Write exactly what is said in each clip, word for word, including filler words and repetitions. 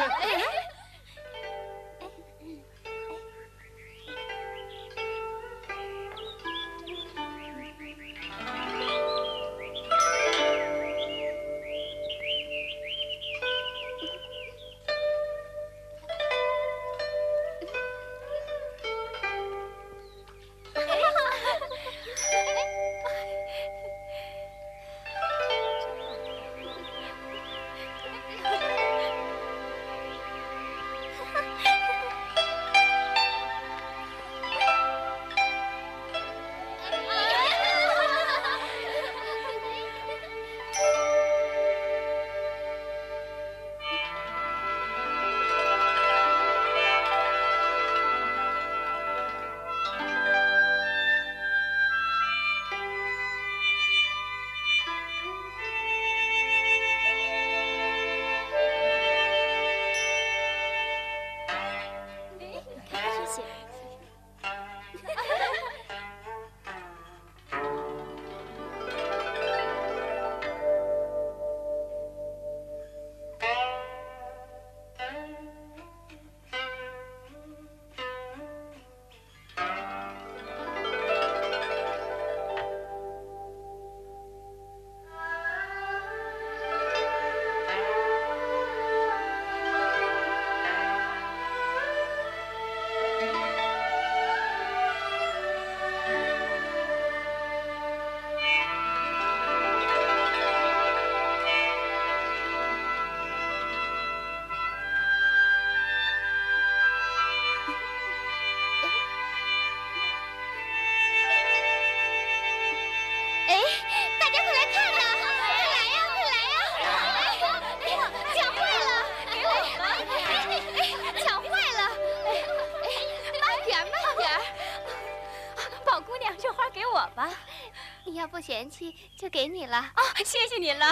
不嫌弃就给你了。 啊，谢谢您了。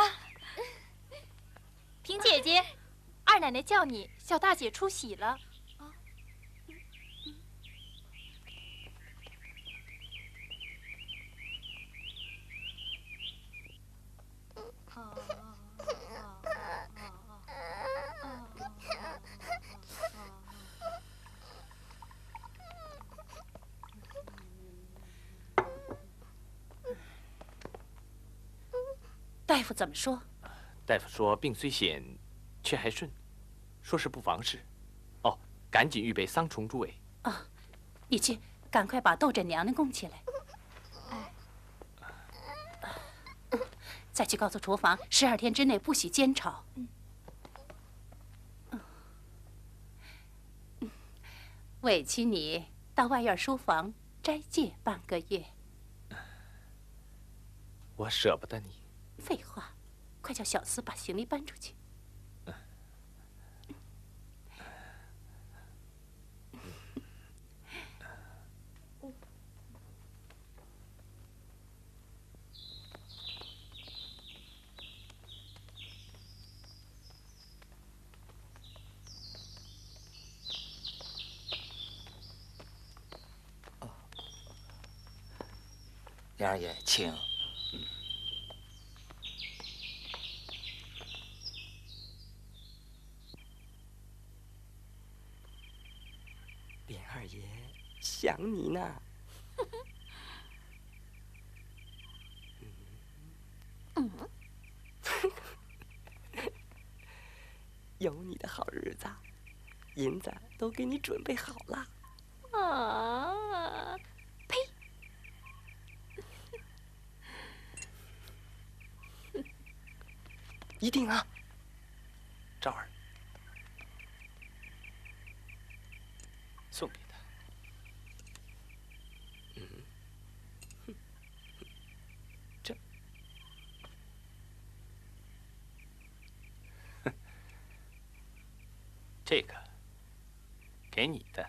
萍姐姐，二奶奶叫你，小大姐出喜了。 大夫怎么说？ 大夫说病虽险，却还顺，说是不妨事。哦，赶紧预备桑虫猪尾。 啊，你去，赶快把窦枕娘娘供起来。哎，再去告诉厨房，十二天之内不许煎炒。嗯。委屈你到外院书房斋戒半个月。 我舍不得你。 废话，快叫小厮把行李搬出去。 梁二爷，请。 琏二爷想你呢。嗯，有你的好日子，银子都给你准备好了。 啊！呸！ 一定啊， 赵儿。送给他。 嗯，哼，这， 这个给你的，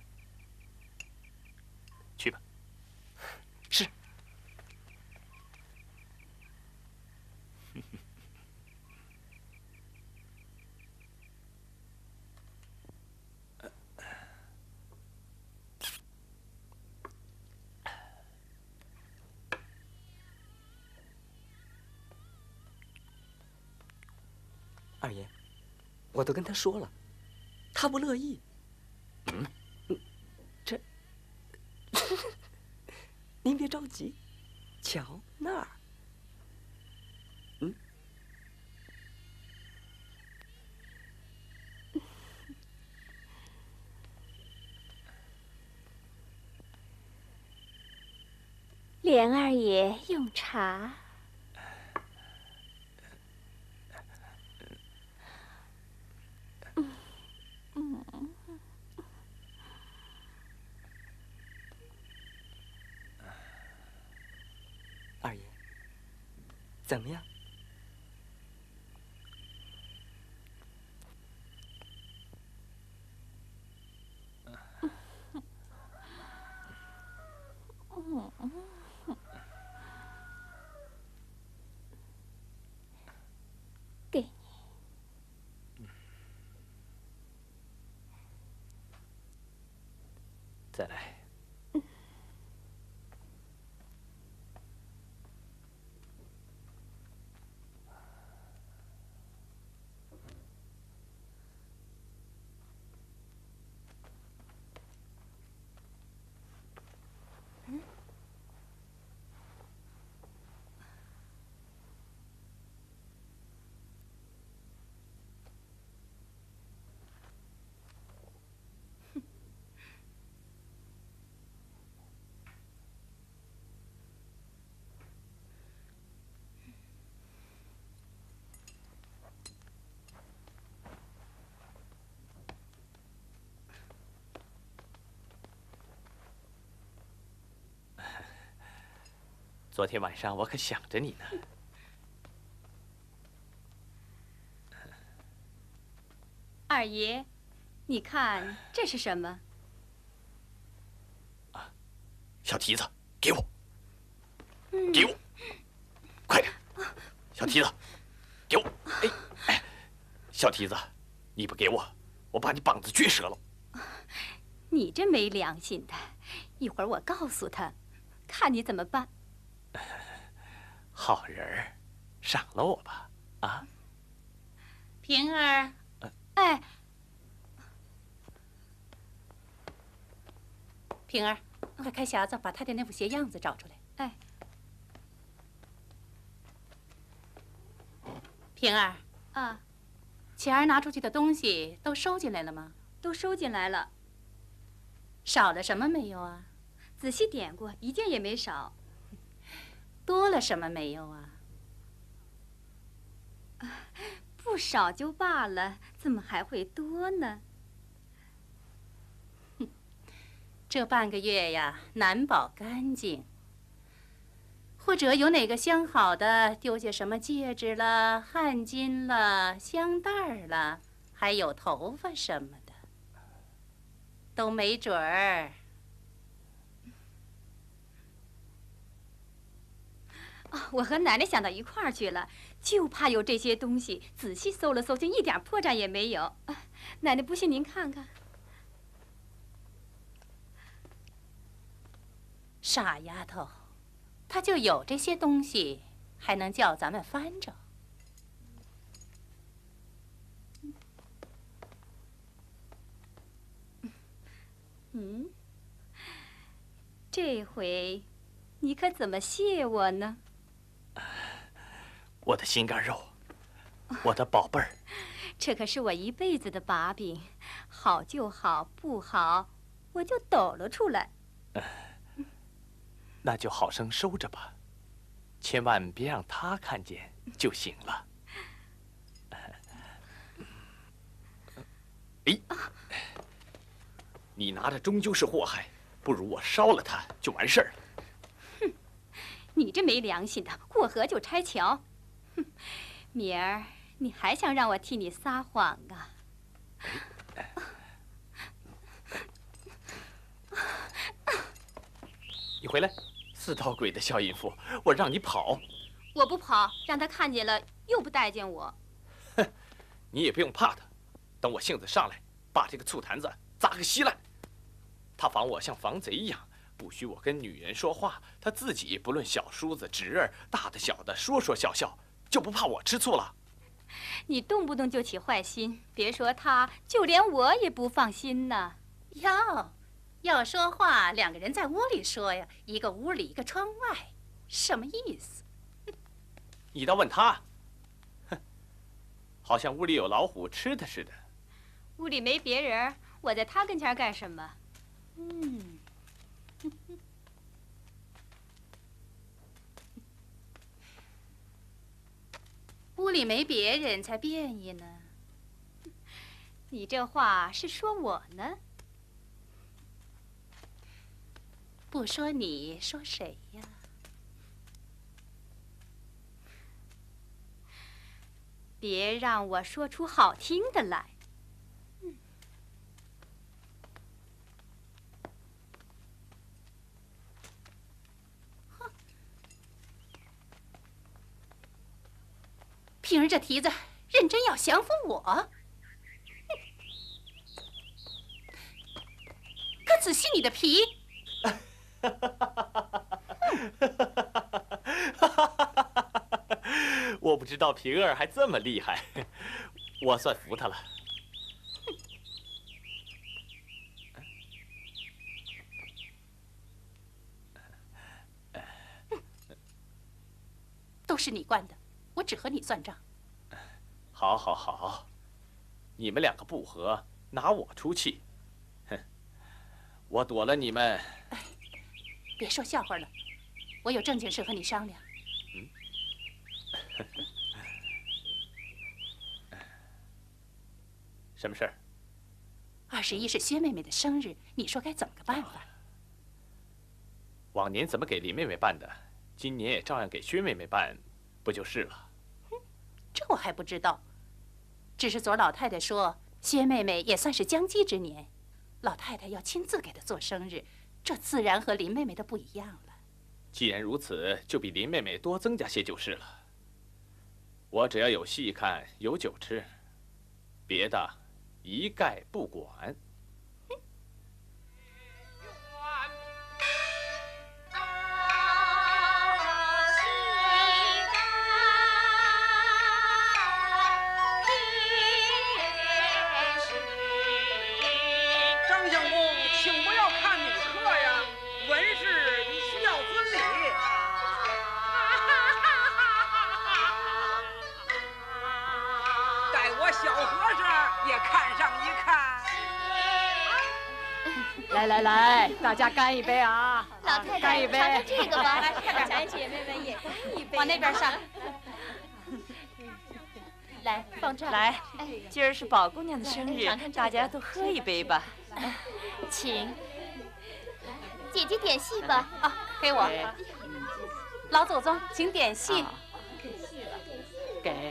去吧。 是。二爷，我都跟他说了， 他不乐意。 嗯， 这，您别着急，瞧那儿。嗯。 莲二爷用茶。嗯嗯。 二爷，怎么样？ 给你。 再来。昨天晚上我可想着你呢。 二爷，你看这是什么？ 啊，小蹄子，给我，给我，快点！小蹄子，给我！哎哎，小蹄子，你不给我，我把你膀子撅折了。 你这没良心的！一会儿我告诉他，看你怎么办。 好人儿，赏了我吧，啊！ 平儿， 哎， 平儿，快开匣子，把他的那副鞋样子找出来。 哎， 平儿， 啊， 前儿拿出去的东西都收进来了吗？ 都收进来了。 少了什么没有啊？ 仔细点过，一件也没少。 多了什么没有啊？ 不少就罢了，怎么还会多呢？ 哼，这半个月呀，难保干净。或者有哪个相好的丢下什么戒指了、汗巾了、香袋儿了，还有头发什么的，都没准儿。 啊，我和奶奶想到一块儿去了，就怕有这些东西。仔细搜了搜，竟一点破绽也没有。啊，奶奶不信您看看。 傻丫头，她就有这些东西，还能叫咱们翻着？ 嗯，这回你可怎么谢我呢？ 我的心肝肉，我的宝贝儿， 这可是我一辈子的把柄，好就好，不好我就抖了出来。 那就好生收着吧，千万别让他看见就行了。哎，你拿着终究是祸害，不如我烧了它就完事儿了。 哼，你这没良心的，过河就拆桥。哼，明儿你还想让我替你撒谎啊？ 你回来，四道鬼的小淫妇，我让你跑， 我不跑，让他看见了又不待见我。 哼，你也不用怕他，等我性子上来，把这个醋坛子砸个稀烂。他防我像防贼一样，不许我跟女人说话，他自己不论小叔子侄儿，大的小的，说说笑笑，就不怕我吃醋了。 你动不动就起坏心，别说他，就连我也不放心呢。 要要说话，两个人在屋里说呀，一个屋里，一个窗外，什么意思？ 你倒问他，哼，好像屋里有老虎吃他似的。 屋里没别人，我在他跟前干什么？嗯。 屋里没别人才变异呢。 你这话是说我呢？ 不说你，说谁呀？ 别让我说出好听的来。 平儿这蹄子认真要降服我，可仔细你的皮！ 我不知道平儿还这么厉害，我算服他了。 都是你惯的，我只和你算账。 好，好，好，你们两个不和，拿我出气。哼，我躲了你们。 哎，别说笑话了，我有正经事和你商量。 嗯。什么事儿？ 二十一是薛妹妹的生日，你说该怎么个办法？ 往年怎么给林妹妹办的，今年也照样给薛妹妹办，不就是了？ 这我还不知道，只是昨儿老太太说，薛妹妹也算是将笄之年，老太太要亲自给她做生日，这自然和林妹妹的不一样了。 既然如此，就比林妹妹多增加些就是了。我只要有戏看，有酒吃，别的一概不管。 来来来，大家干一杯啊！ 老太太， 干一杯， 尝尝这个吧。 快点，姐妹们也干一杯。 往那边上。来，放这儿。 来，今儿是宝姑娘的生日，大家都喝一杯吧。 请。 姐姐点戏吧。 啊，给我。老祖宗，请点戏。 给。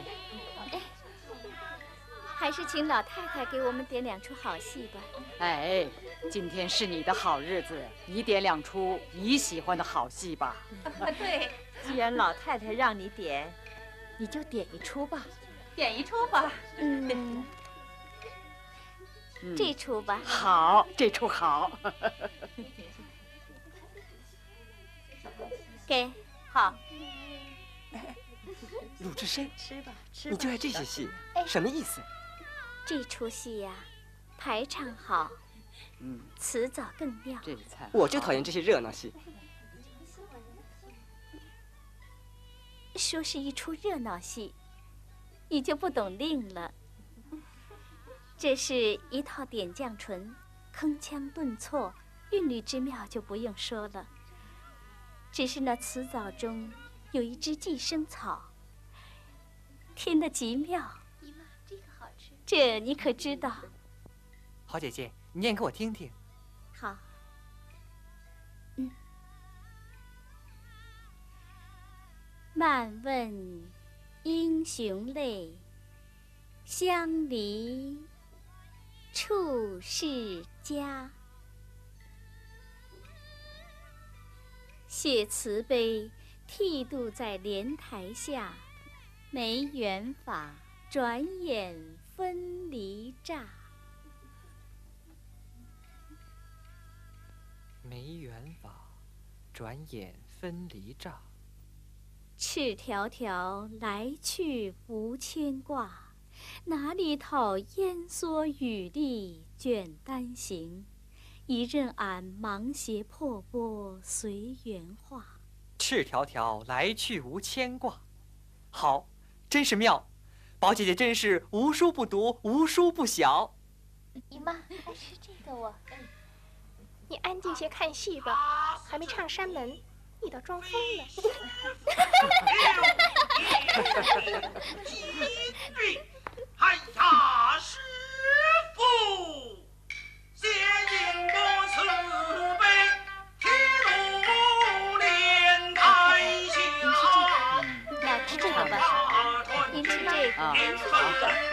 还是请老太太给我们点两出好戏吧。 哎，今天是你的好日子，你点两出你喜欢的好戏吧。 对，既然老太太让你点，你就点一出吧。 点一出吧。 嗯，这出吧。 好，这出好。 给。 好。 鲁智深， 吃吧，吃吧。 你就爱这些戏，什么意思？ 这出戏呀，排场好， 嗯， 词藻更妙。 这个菜， 我就讨厌这些热闹戏。 说是一出热闹戏，你就不懂令了。这是一套点将唇，铿锵顿挫，韵律之妙就不用说了。只是那词藻中有一只寄生草，填得极妙。这你可知道？ 好姐姐，你念给我听听。 好。嗯。漫问英雄泪，相离处是家。写慈悲，剃度在莲台下，没缘法，转眼分离乍。 没缘法，转眼分离乍。 赤条条来去无牵挂，哪里讨烟蓑雨笠卷单行？一任俺芒鞋破钵随缘化。 赤条条来去无牵挂，好，真是妙。宝姐姐真是无书不读，无书不晓。 姨妈，是这个我。你安静些看戏吧，还没唱山门，你倒装疯了。 哎呀，师傅，谢应多慈悲，披露莲台下。 那吃这个吧，您吃这个，您吃这个。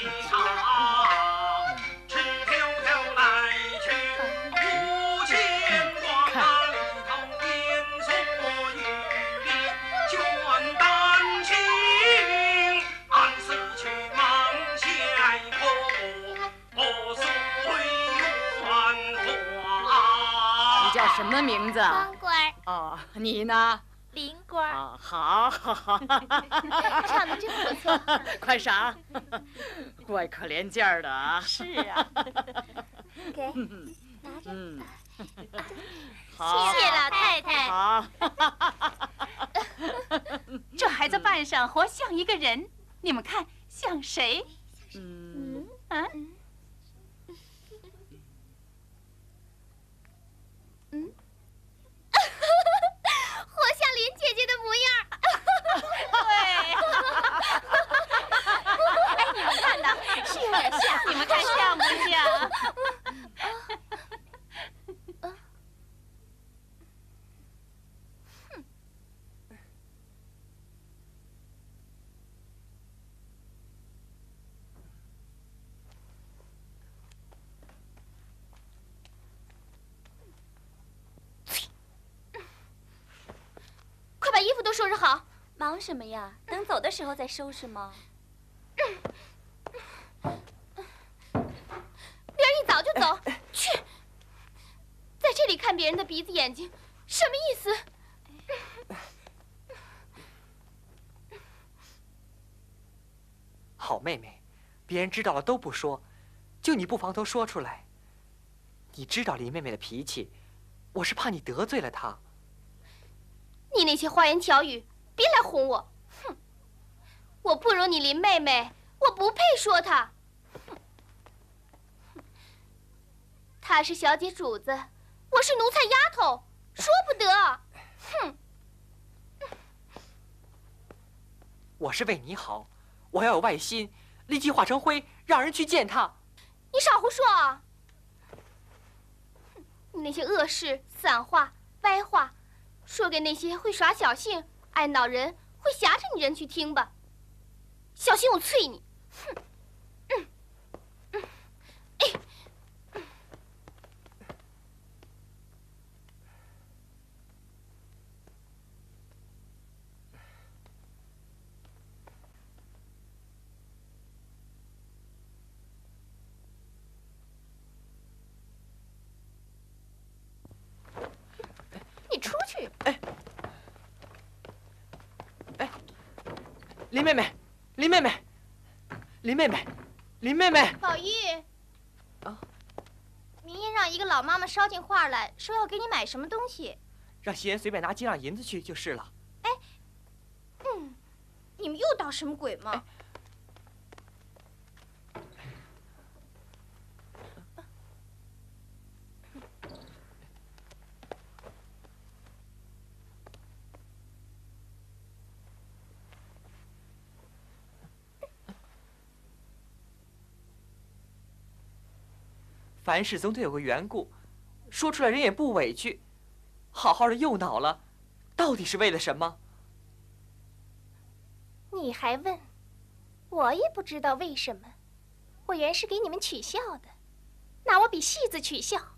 什么名字？ 光棍儿。 哦，你呢？ 林官儿。 啊，好，好，好， 唱的真不错。 快赏，怪可怜劲儿的啊。 是啊。给，拿着。 嗯， 谢谢老太太。 好。 这孩子扮上活像一个人，你们看像谁？ 嗯啊。 嗯，活像林姐姐的模样。 对。哎，你们看呐，是有点像，你们看像不像？ 快把衣服都收拾好。 忙什么呀？等走的时候再收拾吗？ 明儿一早就走。去，在这里看别人的鼻子眼睛，什么意思？ 好妹妹，别人知道了都不说，就你不妨头说出来。你知道林妹妹的脾气，我是怕你得罪了她。 你那些花言巧语，别来哄我！哼，我不如你林妹妹，我不配说她。她是小姐主子，我是奴才丫头，说不得。哼！ 我是为你好，我要有外心，立即化成灰，让人去见她。 你少胡说啊！你那些恶事、散话、歪话。说给那些会耍小性、爱恼人、会挟着你人去听吧，小心我啐你！哼！嗯嗯，哎，嗯、你出去！ 哎，哎，林妹妹，林妹妹，林妹妹，林妹妹。 宝玉。 啊。 明夜让一个老妈妈捎进话来，说要给你买什么东西。 让袭人随便拿几两银子去就是了。 哎，嗯，你们又捣什么鬼吗？哎凡事总得有个缘故，说出来人也不委屈。好好的又恼了，到底是为了什么？ 你还问？我也不知道为什么。我原是给你们取笑的，拿我比戏子取笑。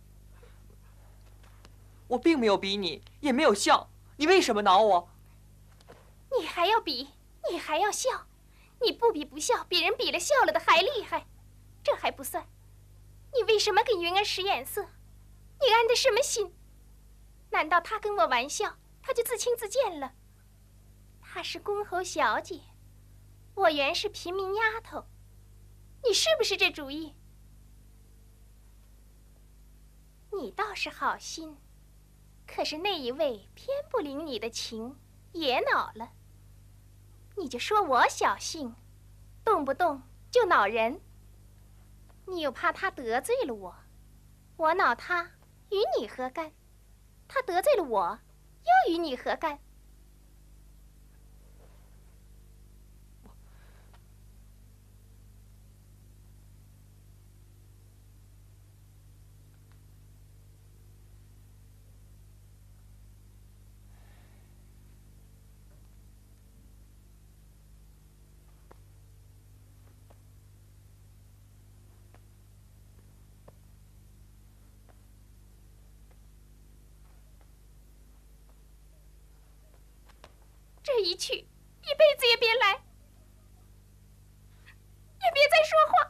我并没有比你，也没有笑，你为什么恼我？ 你还要比，你还要笑，你不比不笑，比人比了笑了的还厉害。这还不算。你为什么给云儿使眼色？你安的什么心？难道他跟我玩笑，他就自轻自贱了？他她是公侯小姐，我原是平民丫头，你是不是这主意？你倒是好心，可是那一位偏不领你的情，也恼了。你就说我小性，动不动就恼人。你又怕他得罪了我，我恼他，与你何干？他得罪了我，又与你何干？这一去，一辈子也别来，也别再说话。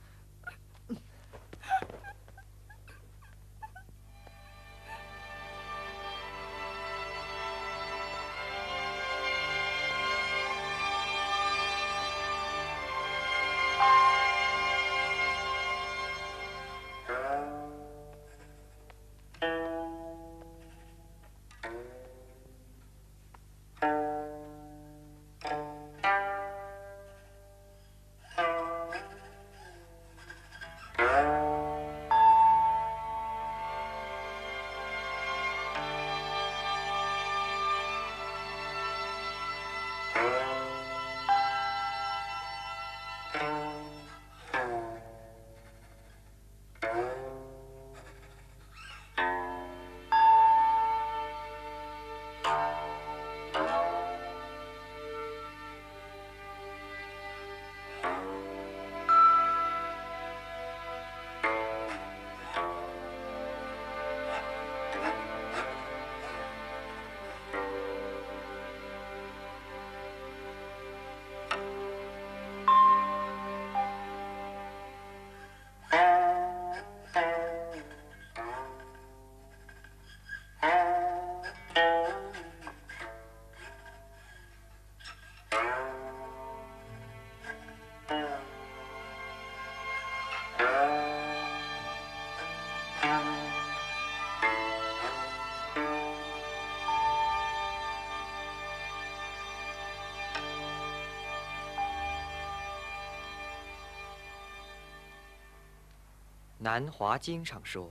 南华经上说：“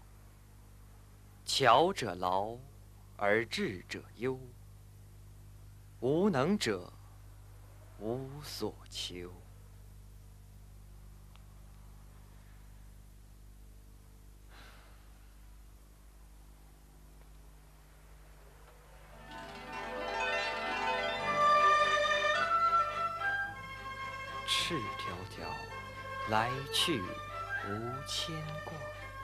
巧者劳，而智者忧；无能者无所求。”赤条条，来去无牵挂。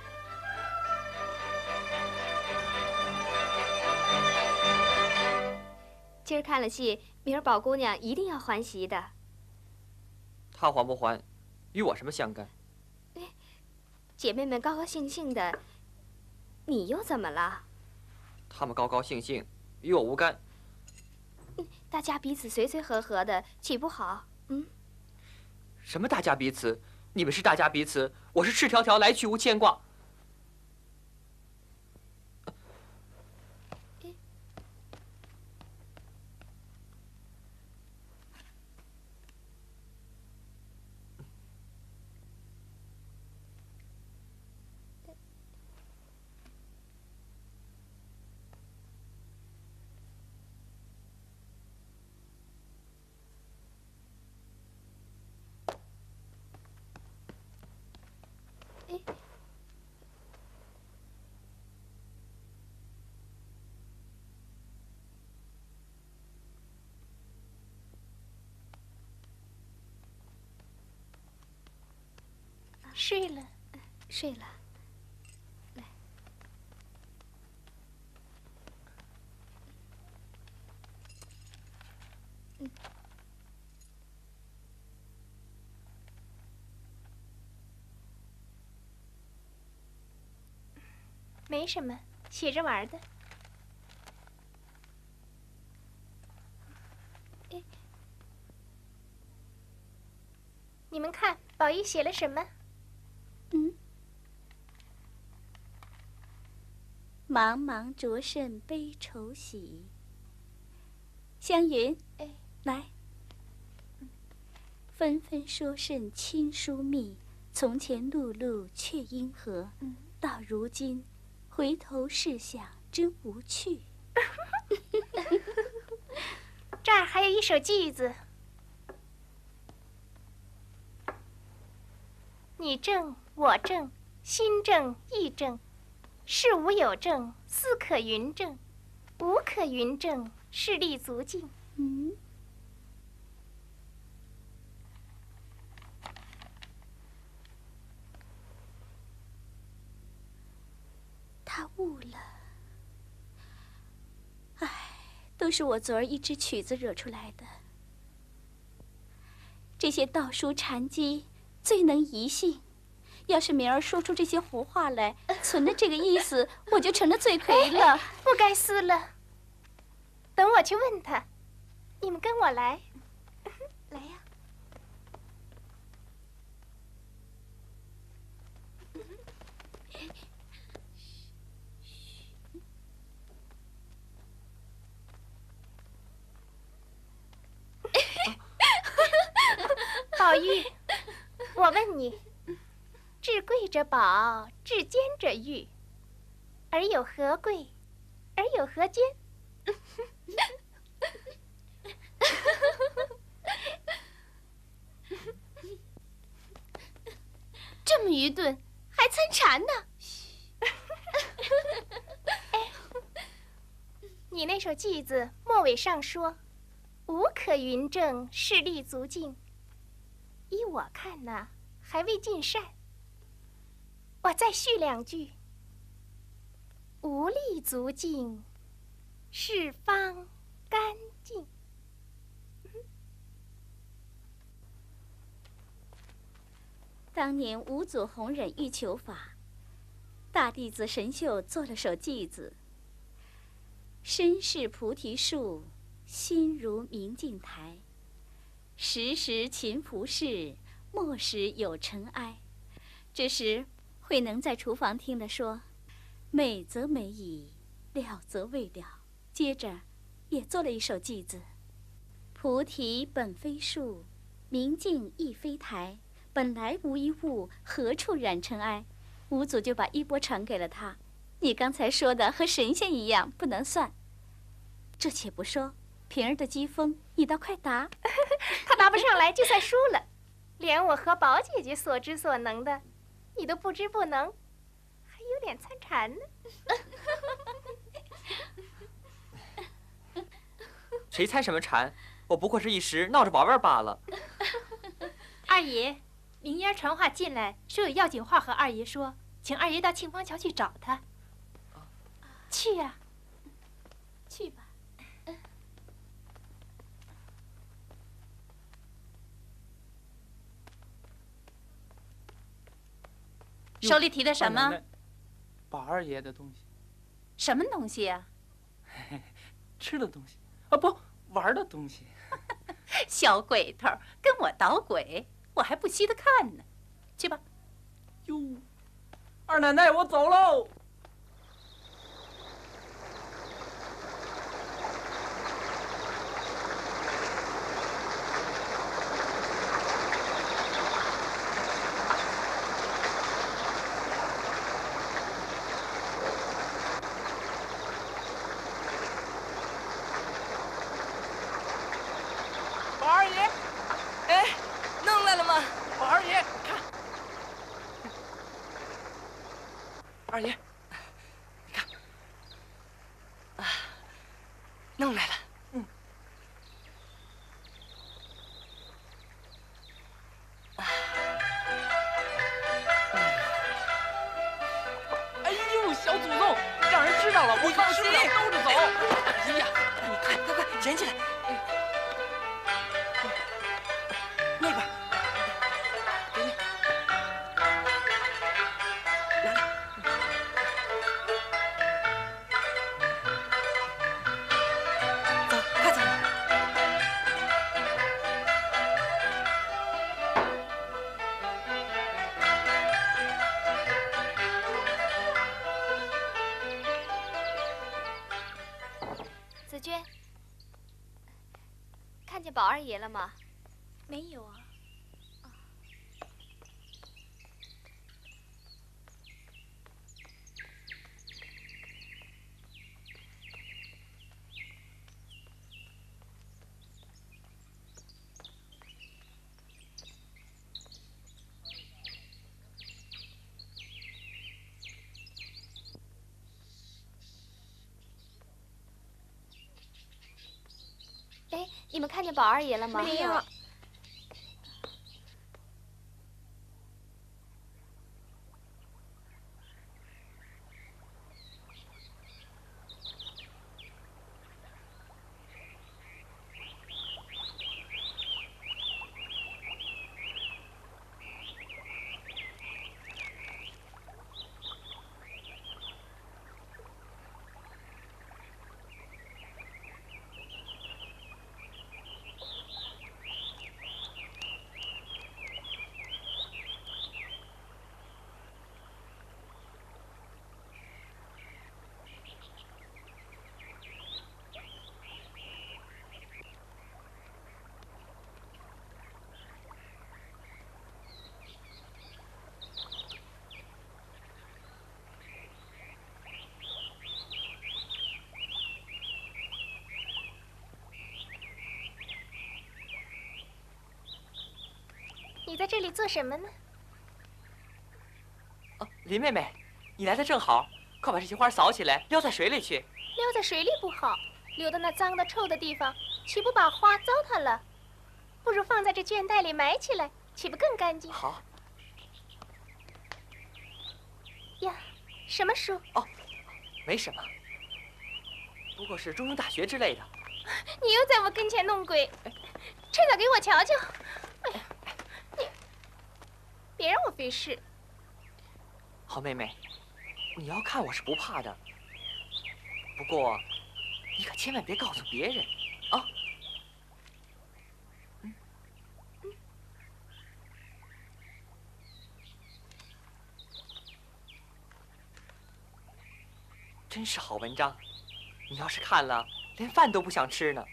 今儿看了戏，明儿宝姑娘一定要还席的。 她还不还，与我什么相干？ 姐妹们高高兴兴的，你又怎么了？ 她们高高兴兴，与我无干。 大家彼此随随和和的，岂不好？嗯。 什么大家彼此？你们是大家彼此，我是赤条条，来去无牵挂。 睡了， 睡了。来，嗯， 没什么，写着玩的。 宝玉写了什么？ 嗯。茫茫着甚悲愁喜。湘云， 哎， 来。纷纷说甚亲疏密，从前碌碌却因何？ 嗯、 到如今，回头试想真无趣。 这儿还有一首句子：你正我正，心正意正，事无有正，思可云正，无可云正，是立足境。 嗯。他悟了。唉，都是我昨儿一支曲子惹出来的。这些道书禅机最能移性，要是明儿说出这些胡话来，存着这个意思，我就成了罪魁了。 不该撕了。等我去问他。你们跟我来。来呀。宝玉，我问你，至贵者宝，至坚者玉，而有何贵，而有何坚？这么愚钝，还参禅呢？哎，你那首句子末尾上说：“无可云正，是立足境。”依我看呢，还未尽善。我再续两句：“无立足境，是方干净。” 当年五祖弘忍欲求法，大弟子神秀做了首偈子：身是菩提树，心如明镜台。时时勤拂拭，莫使有尘埃。这时慧能在厨房听了说：“美则美矣，了则未了。”接着也做了一首偈子：菩提本非树，明镜亦非台。本来无一物，何处染尘埃？五祖就把衣钵传给了他。你刚才说的和神仙一样，不能算。这且不说，平儿的机锋，你倒快答。 他答不上来，就算输了。连我和宝姐姐所知所能的，你都不知不能，还有脸参禅呢？ 谁参什么禅？我不过是一时闹着玩玩罢了。 二爷。明烟传话进来，说有要紧话和二爷说，请二爷到庆芳桥去找他。去呀、啊， 去吧。 手里提的什么？ 宝二爷的东西。 什么东西呀、 啊？吃的东西啊，不，玩的东西。 小鬼头，跟我捣鬼！我还不稀得看呢，去吧。 哟，二奶奶，我走喽。 宝二爷，哎。弄来了吗？ 宝二爷，看，二爷， 你看，啊，弄来了。 嗯。 啊。 哎呦，小祖宗，让人知道了，我放心，兜着走。 哎呀，你快快快，捡起来。那边。 宝二爷了吗？ 没有啊。 哎，你们看见宝二爷了吗？ 没有。你在这里做什么呢？ 哦，林妹妹，你来的正好，快把这些花扫起来，撩在水里去。 撩在水里不好，留到那脏的臭的地方，岂不把花糟蹋了？不如放在这绢袋里埋起来，岂不更干净？ 好。 呀，什么书？ 哦，没什么，不过是中庸大学之类的。 你又在我跟前弄鬼，趁早给我瞧瞧！哎呀，你别让我费事。 好妹妹，你要看我是不怕的，不过你可千万别告诉别人啊。嗯嗯，真是好文章，你要是看了，连饭都不想吃呢。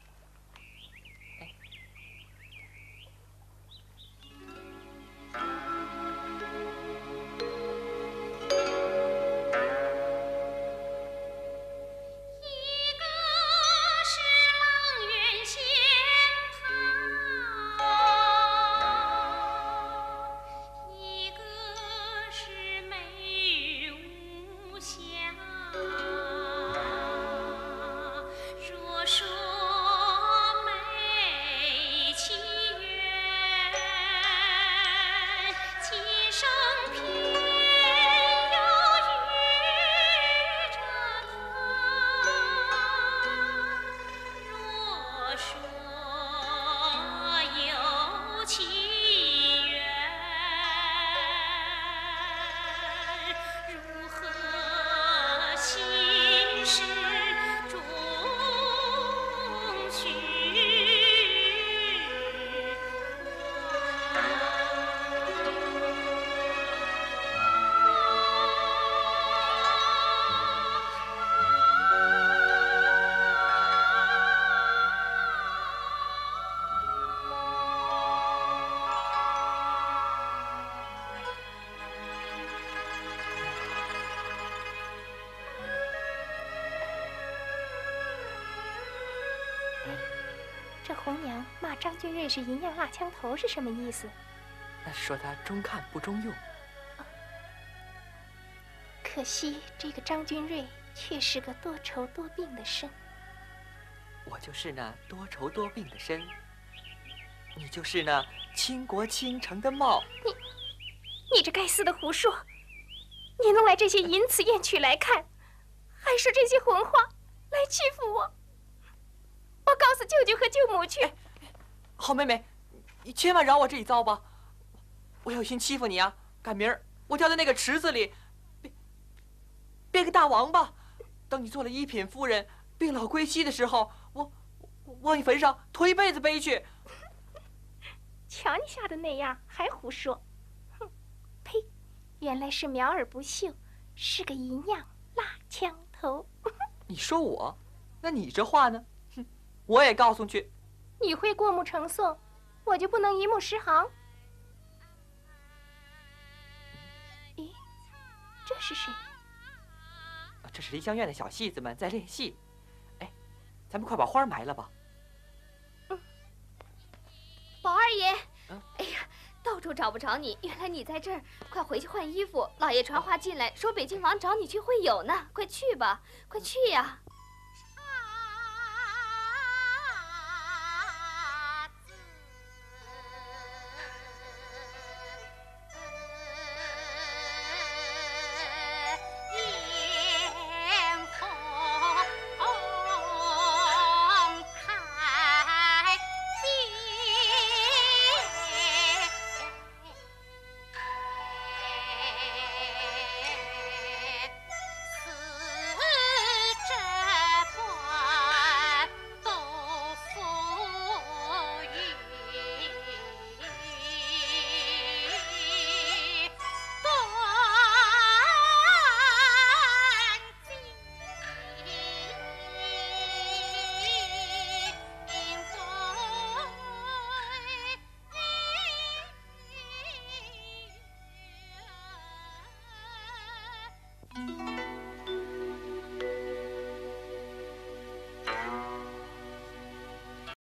这红娘骂张君瑞是银样蜡枪头是什么意思？ 那是说他中看不中用。 可惜这个张君瑞却是个多愁多病的身。 我就是那多愁多病的身，你就是那倾国倾城的貌。 你，你这该死的胡说！你弄来这些淫词艳曲来看，还说这些混话来欺负我！我告诉舅舅和舅母去。 好妹妹，你千万饶我这一遭吧！我有心欺负你啊，赶明儿我掉在那个池子里，变变个大王八。等你做了一品夫人，病老归西的时候，我我往你坟上驮一辈子碑去。 瞧你吓得那样，还胡说！哼，呸！原来是苗而不秀，是个银样蜡枪头。 你说我？那你这话呢？哼，我也告诉去。 你会过目成诵，我就不能一目十行？咦，这是谁？ 这是梨香院的小戏子们在练戏。哎，咱们快把花埋了吧。 嗯。宝二爷， 嗯、 哎呀，到处找不着你，原来你在这儿，快回去换衣服。老爷传话进来，说北静王找你去会友呢，快去吧，快去呀！